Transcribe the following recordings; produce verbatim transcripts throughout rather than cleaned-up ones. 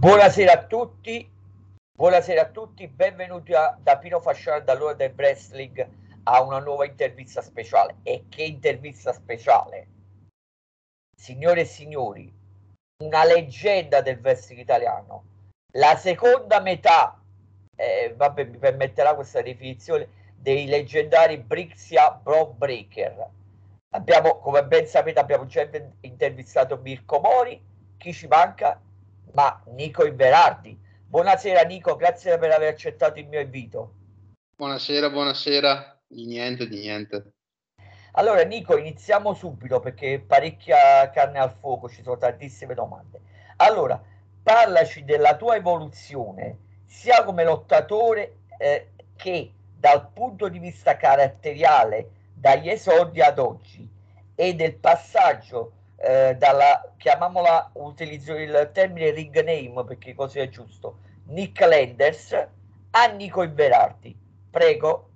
Buonasera a tutti, buonasera a tutti, benvenuti a, da Pino Fasciano dall'ora del wrestling a una nuova intervista speciale. E che intervista speciale! Signore e signori, una leggenda del wrestling italiano, la seconda metà, eh, vabbè, mi permetterà questa definizione, dei leggendari Brixia Bro Breaker. Abbiamo, come ben sapete, abbiamo già intervistato Mirko Mori, chi ci manca? Ma Nico Inverardi. Buonasera Nico, grazie per aver accettato il mio invito. Buonasera, buonasera, di niente, di niente. Allora Nico, iniziamo subito perché parecchia carne al fuoco, ci sono tantissime domande. Allora, parlaci della tua evoluzione, sia come lottatore eh, che dal punto di vista caratteriale, dagli esordi ad oggi, e del passaggio eh, dalla, chiamiamola, utilizzo il termine ring name perché così è giusto, Nick Landers a Nico Inverardi. Prego.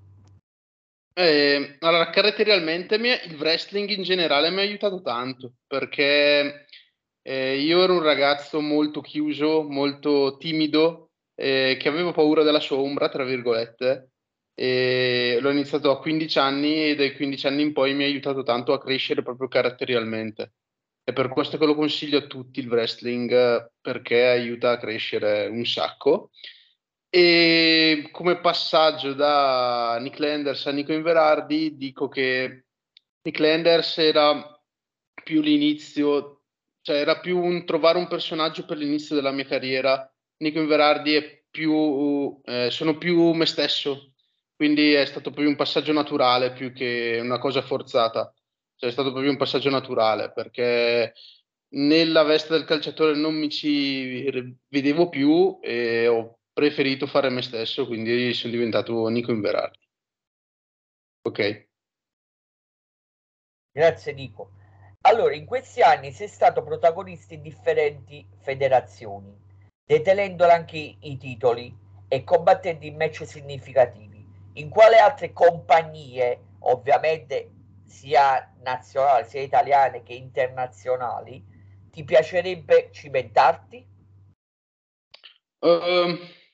Eh, allora, caratterialmente mi- il wrestling in generale mi ha aiutato tanto perché eh, io ero un ragazzo molto chiuso, molto timido, eh, che avevo paura della sua ombra, tra virgolette, e l'ho iniziato a quindici anni e dai quindici anni in poi mi ha aiutato tanto a crescere proprio caratterialmente. È per questo che lo consiglio a tutti il wrestling, eh, perché aiuta a crescere un sacco. E come passaggio da Nick Landers a Nico Inverardi, dico che Nick Landers era più l'inizio, cioè era più un trovare un personaggio per l'inizio della mia carriera. Nico Inverardi è più, eh, sono più me stesso, quindi è stato più un passaggio naturale più che una cosa forzata. Cioè, è stato proprio un passaggio naturale perché nella veste del calciatore non mi ci vedevo più e ho preferito fare me stesso, quindi sono diventato Nico Inverardi. Ok. Grazie Nico. Allora, in questi anni sei stato protagonista in differenti federazioni, detenendo anche i titoli e combattendo in match significativi. In quale altre compagnie, ovviamente sia nazionali, sia italiane che internazionali, ti piacerebbe cimentarti? Ehm,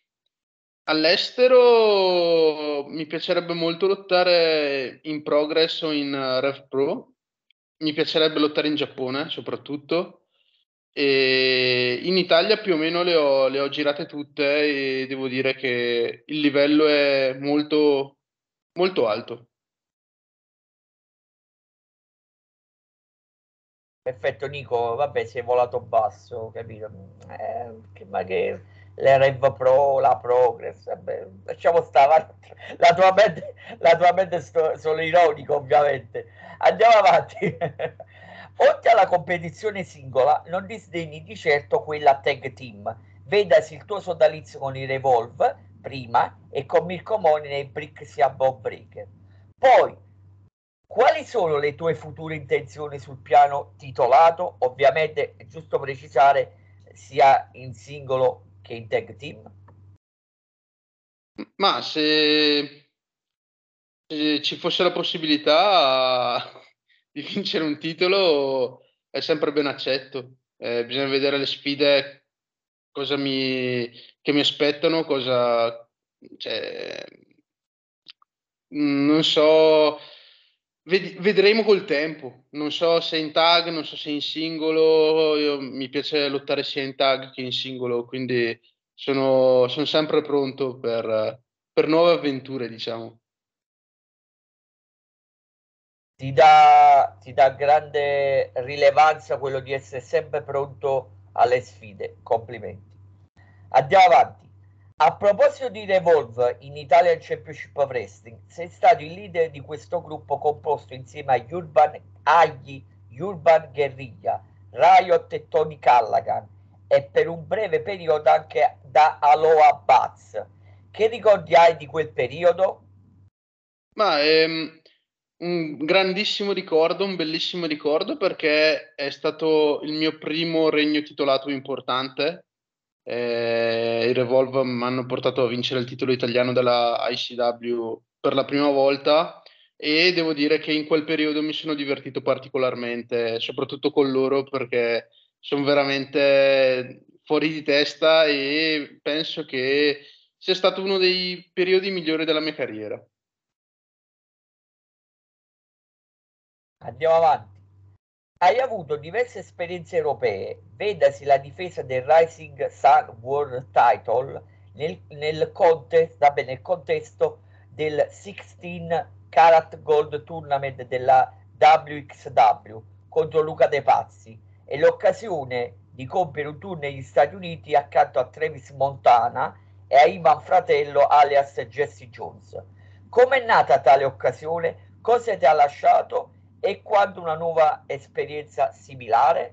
all'estero mi piacerebbe molto lottare in Progress o in eh, Rev Pro. Mi piacerebbe lottare in Giappone, soprattutto. E in Italia più o meno le ho, le ho girate tutte e devo dire che il livello è molto, molto alto. Perfetto Nico, vabbè, sei volato basso, capito? Eh, che- ma che le Rev Pro, la Progress, vabbè, lasciamo stare, la tua mente, la tua mente sto- sono ironico ovviamente. Andiamo avanti. Oltre alla competizione singola, non disdegni di certo quella tag team. Vedasi il tuo sodalizio con i Revolve prima e con Mirko Moni nei Brick sia Bob Breaker. Poi quali sono le tue future intenzioni sul piano titolato? Ovviamente è giusto precisare sia in singolo che in tag team. Ma se, se ci fosse la possibilità di vincere un titolo è sempre ben accetto. Eh, bisogna vedere le sfide, cosa mi, che mi aspettano, cosa, cioè, mm, non so, ved- vedremo col tempo. Non so se in tag, non so se in singolo. Io- mi piace lottare sia in tag che in singolo, quindi sono, sono sempre pronto per, per nuove avventure, diciamo. Ti dà, ti dà grande rilevanza quello di essere sempre pronto alle sfide. Complimenti. Andiamo avanti. A proposito di Revolve in Italian Championship of Wrestling, sei stato il leader di questo gruppo composto insieme agli Urban, agli Urban Guerriglia, Riot e Tony Callaghan e per un breve periodo anche da Aloha Bats. Che ricordi hai di quel periodo? Ma è un grandissimo ricordo, un bellissimo ricordo perché è stato il mio primo regno titolato importante. Eh, i Revolve mi hanno portato a vincere il titolo italiano della I C W per la prima volta e devo dire che in quel periodo mi sono divertito particolarmente, soprattutto con loro perché sono veramente fuori di testa e penso che sia stato uno dei periodi migliori della mia carriera. Andiamo avanti. Hai avuto diverse esperienze europee, vedasi la difesa del Rising Sun World Title nel, nel, contest, vabbè, nel contesto del sedici Karat Gold Tournament della W X W contro Luca De Pazzi e l'occasione di compiere un tour negli Stati Uniti accanto a Travis Montana e a Ivan Fratello alias Jesse Jones. Com'è nata tale occasione? Cosa ti ha lasciato? E quando una nuova esperienza similare?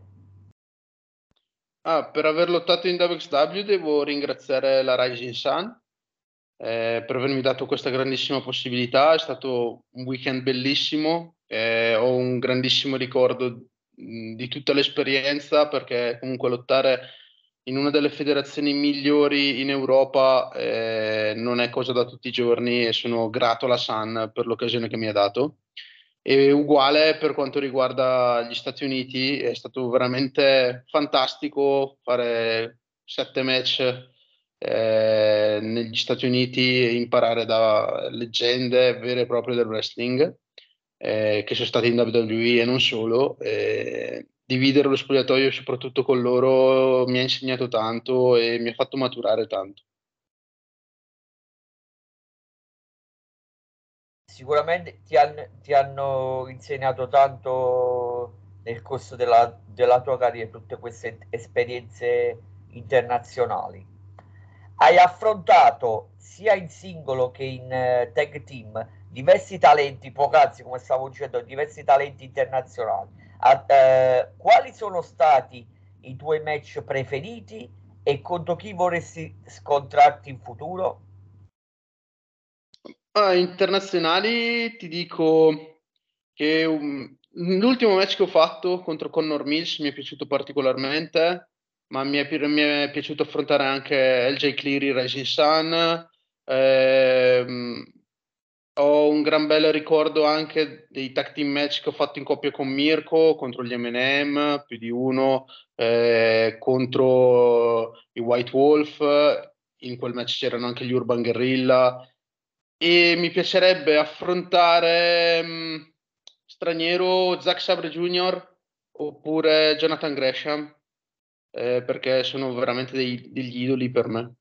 Ah, per aver lottato in W X W devo ringraziare la Rising Sun eh, per avermi dato questa grandissima possibilità. È stato un weekend bellissimo, eh, ho un grandissimo ricordo mh, di tutta l'esperienza perché comunque lottare in una delle federazioni migliori in Europa eh, non è cosa da tutti i giorni e sono grato alla Sun per l'occasione che mi ha dato. E uguale per quanto riguarda gli Stati Uniti, è stato veramente fantastico fare sette match eh, negli Stati Uniti e imparare da leggende vere e proprie del wrestling eh, che sono state in W W E e non solo. Eh, dividere lo spogliatoio soprattutto con loro mi ha insegnato tanto e mi ha fatto maturare tanto. Sicuramente ti, han, ti hanno insegnato tanto nel corso della, della tua carriera, tutte queste esperienze internazionali. Hai affrontato sia in singolo che in eh, tag team diversi talenti, poc'anzi come stavo dicendo, diversi talenti internazionali. Ah, eh, quali sono stati i tuoi match preferiti e contro chi vorresti scontrarti in futuro? Ah, internazionali ti dico che um, l'ultimo match che ho fatto contro Connor Mills mi è piaciuto particolarmente, ma mi è, pi- mi è piaciuto affrontare anche L J Cleary, Rising Sun. Ehm, Ho un gran bel ricordo anche dei tag team match che ho fatto in coppia con Mirko contro gli M and M, più di uno, eh, contro i White Wolf. In quel match c'erano anche gli Urban Guerrilla e mi piacerebbe affrontare mh, straniero Zack Sabre Junior oppure Jonathan Gresham, eh, perché sono veramente dei- degli idoli per me.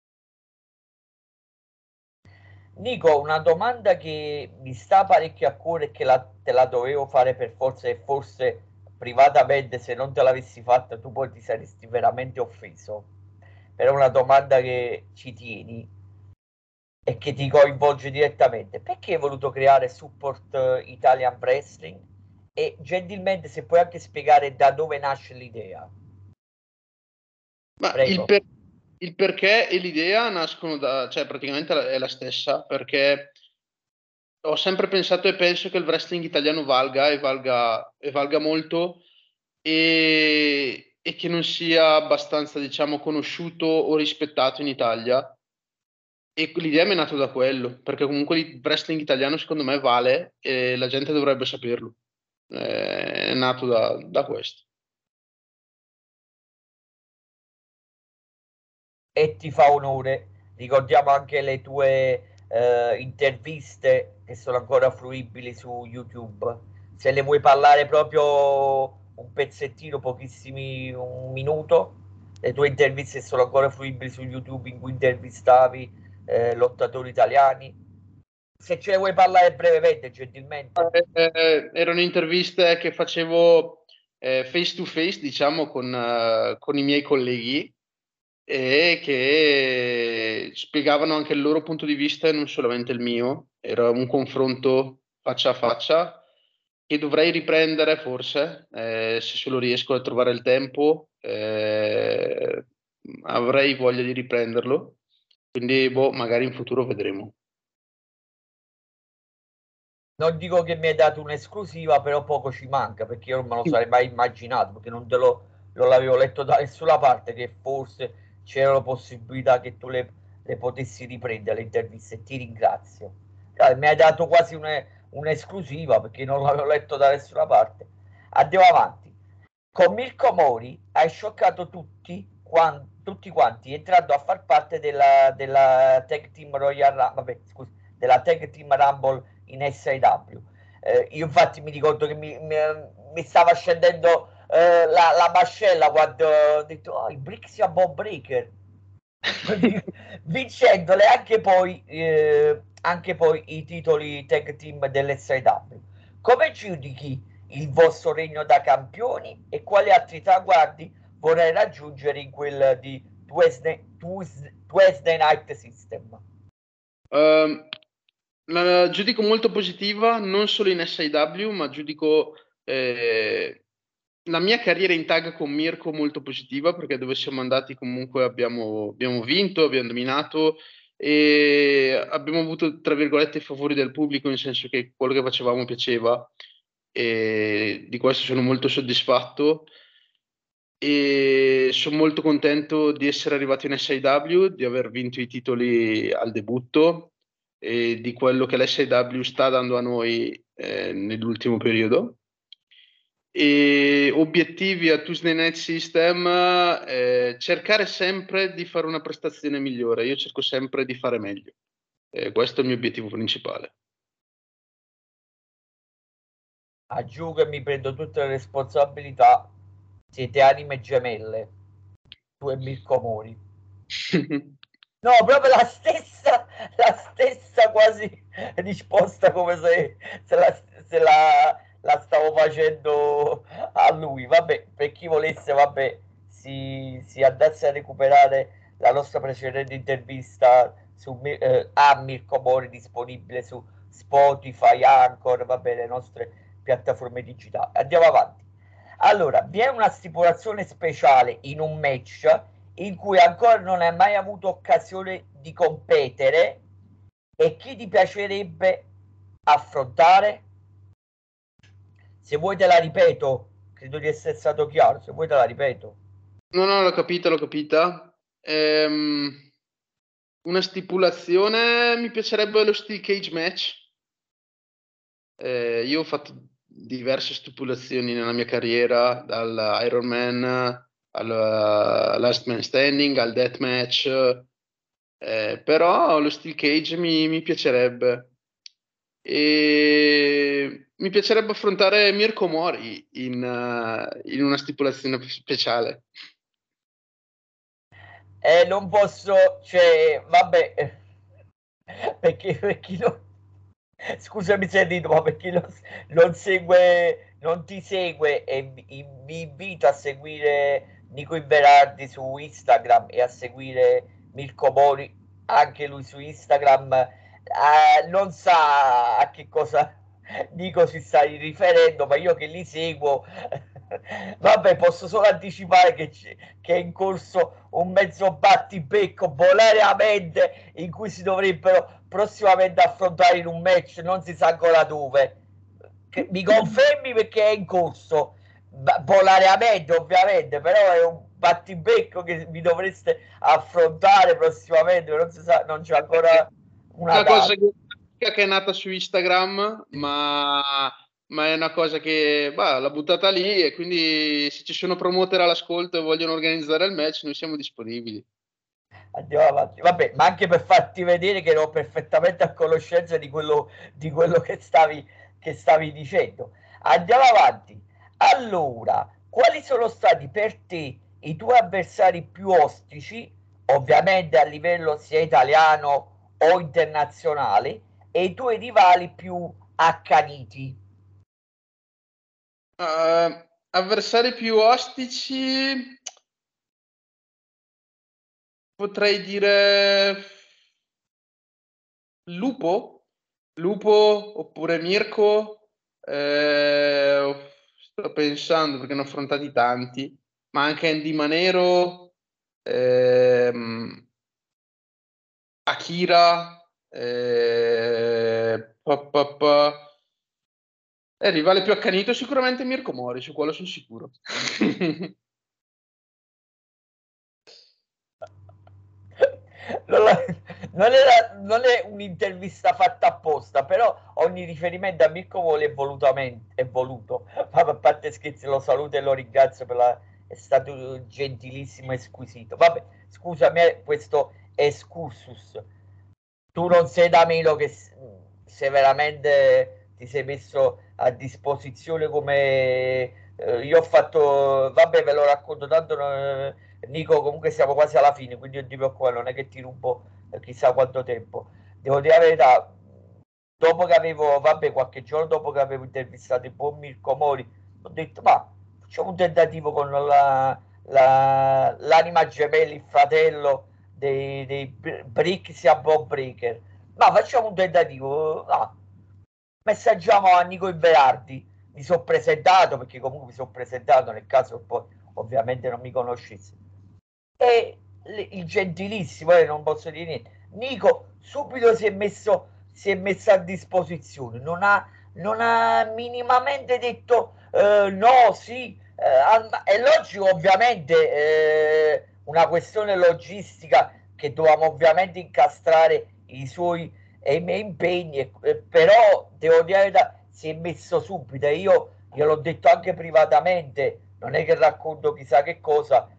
Nico, una domanda che mi sta parecchio a cuore e che la- te la dovevo fare per forza e forse privatamente se non te l'avessi fatta tu poi ti saresti veramente offeso. Però è una domanda che ci tieni e che ti coinvolge direttamente. Perché hai voluto creare Support eh, Italian Wrestling? E gentilmente se puoi anche spiegare da dove nasce l'idea. Ma il, Prego. per- il perché e l'idea nascono da, cioè praticamente la- è la stessa, perché ho sempre pensato e penso che il wrestling italiano valga e valga, e valga molto e, e che non sia abbastanza, diciamo, conosciuto o rispettato in Italia. E l'idea mi è nata da quello, perché comunque il wrestling italiano secondo me vale e la gente dovrebbe saperlo. Eh, È nato da, da questo. E ti fa onore. Ricordiamo anche le tue eh, interviste che sono ancora fruibili su YouTube. Se ne vuoi parlare proprio un pezzettino, pochissimi, un minuto, le tue interviste sono ancora fruibili su YouTube in cui intervistavi eh, lottatori italiani. Se ce ne vuoi parlare brevemente, gentilmente. Eh, eh, erano interviste che facevo eh, face to face, diciamo, con, eh, con i miei colleghi e che spiegavano anche il loro punto di vista e non solamente il mio. Era un confronto faccia a faccia che dovrei riprendere forse, eh, se solo riesco a trovare il tempo, eh, avrei voglia di riprenderlo. Quindi, boh, magari in futuro vedremo. Non dico che mi hai dato un'esclusiva, però poco ci manca perché io non me lo sarei mai immaginato, perché non te lo, non l'avevo letto da nessuna parte che forse c'era la possibilità che tu le, le potessi riprendere le interviste e ti ringrazio. Dai, mi hai dato quasi une- un'esclusiva perché non l'avevo letto da nessuna parte. Andiamo avanti. Con Mirko Mori hai scioccato tutti quan- tutti quanti entrando a far parte della, della Tag Team Royal Rumble, vabbè, scusa, della Tag Team Rumble in S I W. Eh, io infatti mi ricordo che mi, mi, mi stava scendendo eh, la, la mascella quando ho detto oh, il Brixia Bob Breaker vincendole anche poi, eh, anche poi i titoli tag team dell'S I W. Come giudichi il vostro regno da campioni e quali altri traguardi vorrei raggiungere in quel di Tuesday, Tuesday, Tuesday Night System? Uh, la giudico molto positiva, non solo in S I W, ma giudico eh, la mia carriera in tag con Mirko molto positiva, perché dove siamo andati comunque abbiamo, abbiamo vinto, abbiamo dominato e abbiamo avuto, tra virgolette, i favori del pubblico, nel senso che quello che facevamo piaceva e di questo sono molto soddisfatto e sono molto contento di essere arrivato in S I W, di aver vinto i titoli al debutto e di quello che l'S I W sta dando a noi eh, nell'ultimo periodo. E obiettivi a Tuesday Night System, eh, cercare sempre di fare una prestazione migliore. Io cerco sempre di fare meglio. Eh, questo è il mio obiettivo principale. Aggiungo e mi prendo tutte le responsabilità. Siete anime gemelle, tu e Mirko Mori. No, proprio la stessa, la stessa quasi risposta come se, se, la, se la, la stavo facendo a lui. Vabbè, per chi volesse, vabbè, si, si andasse a recuperare la nostra precedente intervista su, eh, a Mirko Mori, disponibile su Spotify, Anchor, vabbè, le nostre piattaforme digitali. Andiamo avanti. Allora, vi è una stipulazione speciale in un match in cui ancora non hai mai avuto occasione di competere e chi ti piacerebbe affrontare? Se vuoi te la ripeto, credo di essere stato chiaro, se vuoi te la ripeto. No, no, l'ho capita, l'ho capita. Ehm, una stipulazione, mi piacerebbe lo Steel Cage match. Eh, io ho fatto diverse stipulazioni nella mia carriera, dal Iron Man al Last Man Standing, al Deathmatch, eh, però lo Steel Cage mi, mi piacerebbe. E mi piacerebbe affrontare Mirko Mori in, uh, in una stipulazione speciale. Eh, non posso, cioè, vabbè, perché per chi non... Scusami se rido, ma per chi non, non segue, non ti segue e vi vi invito a seguire Nico Inverardi su Instagram e a seguire Mirko Mori, anche lui su Instagram, eh, non sa a che cosa Nico si sta riferendo, ma io che li seguo, vabbè, posso solo anticipare che, che è in corso un mezzo battibecco bonariamente in cui si dovrebbero prossimamente affrontare in un match, non si sa ancora dove. Che mi confermi perché è in corso bonariamente, ovviamente, però è un battibecco che mi dovreste affrontare prossimamente, non si sa, non c'è ancora una, una data. cosa che, che è nata su Instagram, ma, ma è una cosa che bah, l'ha buttata lì e quindi se ci sono promoter all'ascolto e vogliono organizzare il match, noi siamo disponibili. Andiamo avanti, vabbè, ma anche per farti vedere che ero perfettamente a conoscenza di quello, di quello che, stavi, che stavi dicendo. Andiamo avanti. Allora, quali sono stati per te i tuoi avversari più ostici, ovviamente a livello sia italiano o internazionale, e i tuoi rivali più accaniti? Uh, avversari più ostici, potrei dire Lupo, Lupo oppure Mirko. Eh, sto pensando perché ne ho affrontati tanti, ma anche Andy Manero, ehm, Akira, eh, pa, pa, pa. Eh, il rivale più accanito sicuramente Mirko Mori, su quello sono sicuro. Non, la, non, era, non è un'intervista fatta apposta, però ogni riferimento a Mirko Mori è volutamente è voluto. Ma a parte scherzi, lo saluto e lo ringrazio per la è stato gentilissimo e squisito. Vabbè, scusami questo excursus, tu non sei da meno che se veramente ti sei messo a disposizione come eh, io ho fatto, vabbè ve lo racconto tanto eh, Nico, comunque siamo quasi alla fine, quindi non ti preoccupare, non è che ti rubo eh, chissà quanto tempo. Devo dire la verità, dopo che avevo, vabbè, qualche giorno dopo che avevo intervistato il buon Mirko Mori, ho detto, ma facciamo un tentativo con la, la, l'anima gemella, il fratello dei, dei Bricks a Bob Breaker. Ma facciamo un tentativo, ah, messaggiamo a Nico Inverardi, mi sono presentato, perché comunque mi sono presentato nel caso poi ovviamente non mi conoscesse. E il gentilissimo, eh, non posso dire niente, Nico subito si è messo, si è messo a disposizione, non ha, non ha minimamente detto eh, no, sì, eh, è logico ovviamente, eh, una questione logistica che dovevamo ovviamente incastrare i suoi e i miei impegni, eh, però devo dire si è messo subito e io gliel'ho detto anche privatamente, non è che racconto chissà che cosa,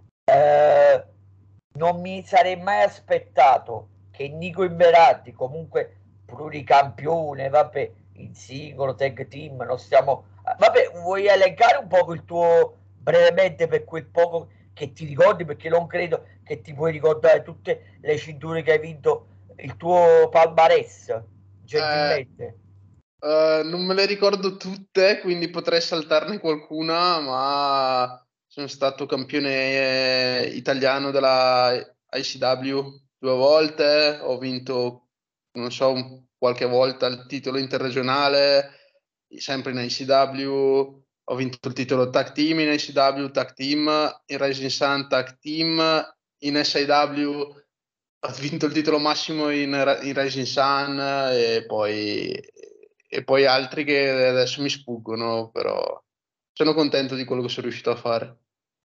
eh, non mi sarei mai aspettato che Nico Inverardi, comunque pluricampione, vabbè, in singolo, tag team, non stiamo... Vabbè, vuoi elencare un po' il tuo, brevemente, per quel poco che ti ricordi, perché non credo che ti puoi ricordare tutte le cinture che hai vinto, il tuo palmarès, Eh, gentilmente. eh, non me le ricordo tutte, quindi potrei saltarne qualcuna, ma sono stato campione eh, italiano della I C W due volte, ho vinto, non so, un- qualche volta il titolo interregionale, sempre in I C W, ho vinto il titolo tag team in I C W, tag team in Rising Sun, tag team in S I W. Ho vinto il titolo massimo in, in Rising Sun e poi, e poi altri che adesso mi sfuggono, però sono contento di quello che sono riuscito a fare.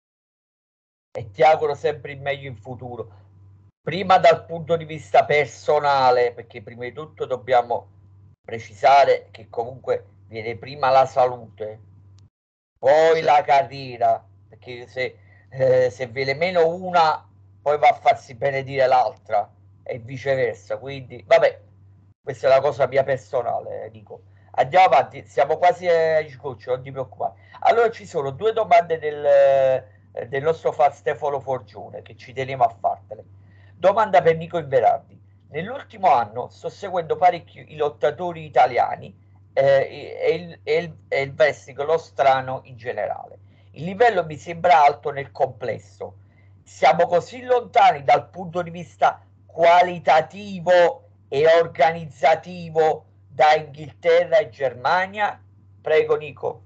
E ti auguro sempre il meglio in futuro. Prima dal punto di vista personale, perché prima di tutto dobbiamo precisare che comunque viene prima la salute, poi Sì. la carriera, perché se, eh, se viene meno una, poi va a farsi benedire l'altra e viceversa. Quindi, vabbè, questa è la cosa mia personale, eh, dico. Andiamo avanti, siamo quasi ai scocci, non ti preoccupare. Allora ci sono due domande del, eh, del nostro fan Stefano Forgione che ci teniamo a fartele. Domanda per Nico Inverardi. Nell'ultimo anno sto seguendo parecchi i lottatori italiani eh, e, il, e, il, e il wrestling, lo strano in generale. Il livello mi sembra alto nel complesso. Siamo così lontani dal punto di vista qualitativo e organizzativo da Inghilterra e Germania? Prego, Nico.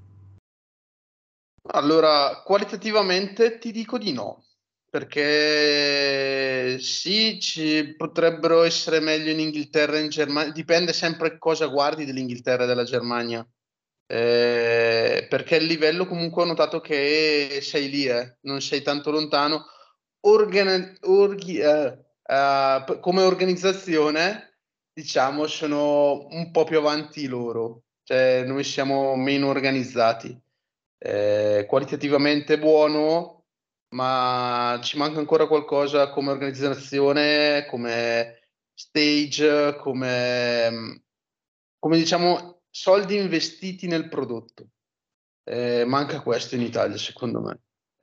Allora, qualitativamente ti dico di no, perché sì, ci potrebbero essere meglio in Inghilterra e in Germania, dipende sempre cosa guardi dell'Inghilterra e della Germania. Eh, perché il livello comunque ho notato che sei lì, eh, non sei tanto lontano. Organ- orghi- eh, eh, p- come organizzazione, diciamo, sono un po' più avanti loro, cioè noi siamo meno organizzati. Eh, qualitativamente buono, ma ci manca ancora qualcosa come organizzazione, come stage, come, come diciamo soldi investiti nel prodotto. Eh, manca questo in Italia, secondo me.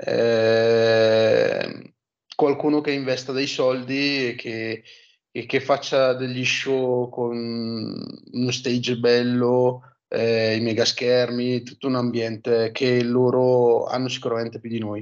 Eh, qualcuno che investa dei soldi e che, e che faccia degli show con uno stage bello, eh, i mega schermi, tutto un ambiente che loro hanno sicuramente più di noi.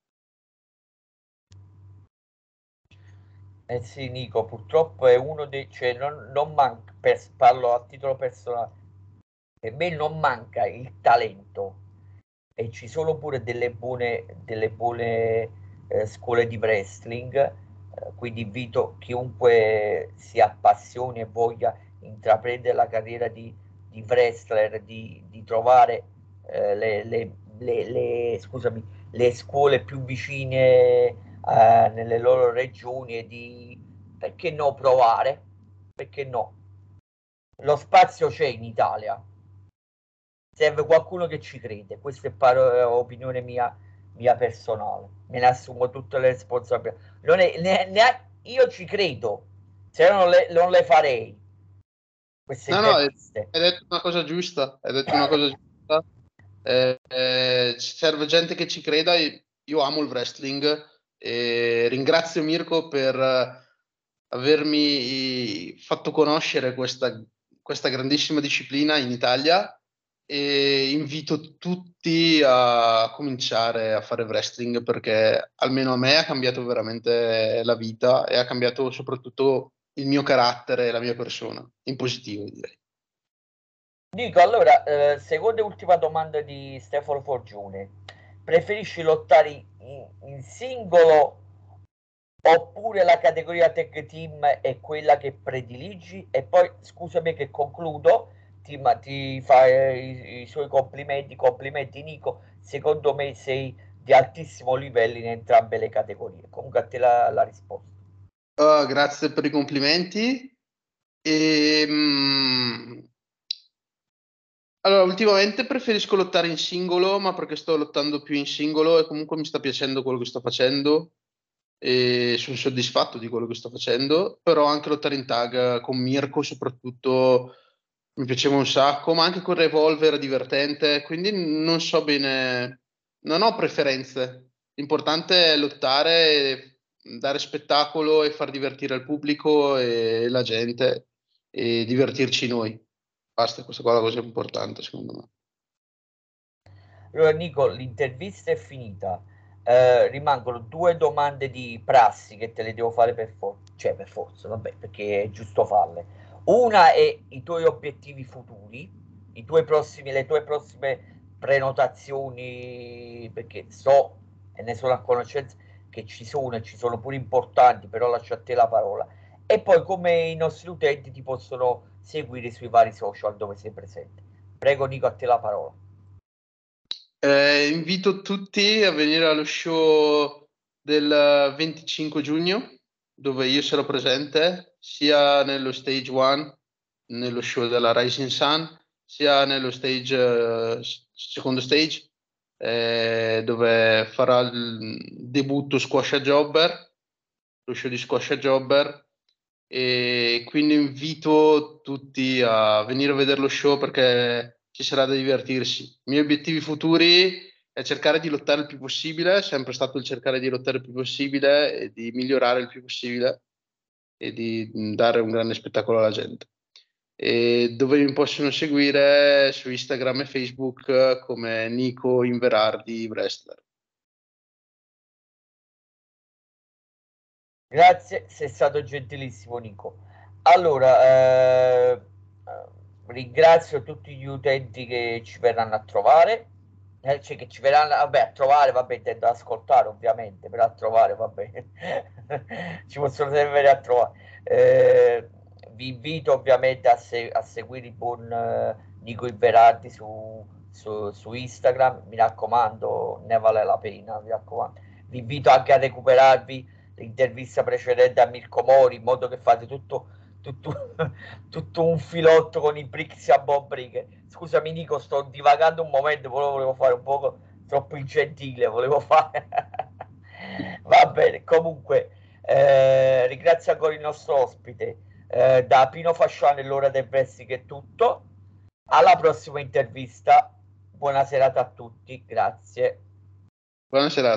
Eh sì, Nico, purtroppo è uno dei... cioè non, non manca, per, parlo a titolo personale, per me non manca il talento e ci sono pure delle buone, delle buone eh, scuole di wrestling, eh, quindi invito chiunque si appassioni e voglia intraprendere la carriera di, di wrestler, di, di trovare eh, le, le, le, le, scusami, le scuole più vicine eh, nelle loro regioni e di, perché no, provare, perché no? Lo spazio c'è in Italia, serve qualcuno che ci crede, questa è paro- opinione mia mia personale, me ne assumo tutte le responsabilità. Non è, ne, ne, io ci credo, se no non le, non le farei queste No, no, hai interviste. hai detto una cosa giusta, hai detto una cosa giusta. Eh, eh, serve gente che ci creda. e Io amo il wrestling e ringrazio Mirko per eh, avermi fatto conoscere questa, questa grandissima disciplina in Italia e invito tutti a cominciare a fare wrestling perché almeno a me ha cambiato veramente la vita e ha cambiato soprattutto il mio carattere e la mia persona, in positivo direi. Nico, allora, eh, seconda e ultima domanda di Stefano Forgione. Preferisci lottare in, in singolo oppure la categoria tag team è quella che prediligi? E poi, scusami che concludo, ti, ma, ti fa eh, i, i suoi complimenti, complimenti Nico, secondo me sei di altissimo livello in entrambe le categorie. Comunque a te la, la risposta. Ah, grazie per i complimenti. E, mm, allora, ultimamente preferisco lottare in singolo, ma perché sto lottando più in singolo e comunque mi sta piacendo quello che sto facendo e sono soddisfatto di quello che sto facendo, però anche lottare in tag con Mirko soprattutto mi piaceva un sacco, ma anche con Revolver è divertente, quindi non so bene, non ho preferenze. L'importante è lottare, e dare spettacolo e far divertire il pubblico e la gente e divertirci noi. Basta, questa qua è la cosa importante, secondo me. Allora, Nico, l'intervista è finita. Eh, rimangono due domande di prassi che te le devo fare per forza, cioè per forza, vabbè, perché è giusto farle. Una è i tuoi obiettivi futuri, i tuoi prossimi, le tue prossime prenotazioni, perché so e ne sono a conoscenza che ci sono e ci sono pure importanti, però lascio a te la parola. E poi come i nostri utenti ti possono seguire sui vari social dove sei presente. Prego, Nico, a te la parola. Eh, invito tutti a venire allo show del venticinque giugno, dove io sarò presente sia nello stage uno, nello show della Rising Sun, sia nello stage, eh, secondo stage, eh, dove farà il debutto Squash a Jobber, lo show di Squash a Jobber. E quindi invito tutti a venire a vedere lo show perché ci sarà da divertirsi. I miei obiettivi futuri è cercare di lottare il più possibile, è sempre stato il cercare di lottare il più possibile e di migliorare il più possibile e di dare un grande spettacolo alla gente. E dove mi possono seguire su Instagram e Facebook come Nico Inverardi Wrestler. Grazie, sei stato gentilissimo Nico. Allora, eh, ringrazio tutti gli utenti che ci verranno a trovare, eh, cioè che ci verranno, vabbè, a trovare, vabbè, intendo ascoltare ovviamente, però a trovare, vabbè, ci possono sempre a trovare. Eh, vi invito ovviamente a, se- a seguire il buon eh, Nico Inverardi su, su, su Instagram, mi raccomando, ne vale la pena, mi raccomando. Vi invito anche a recuperarvi l'intervista precedente a Mirko Mori, in modo che fate tutto, tutto, tutto un filotto con i Brixie a Bobbriche. Scusami Nico, sto divagando un momento, volevo, volevo fare un poco troppo ingentile, volevo fare... Va bene, comunque, eh, ringrazio ancora il nostro ospite. Eh, da Pino Fasciano e l'ora del wrestling è tutto. Alla prossima intervista. Buona serata a tutti, grazie. Buona serata.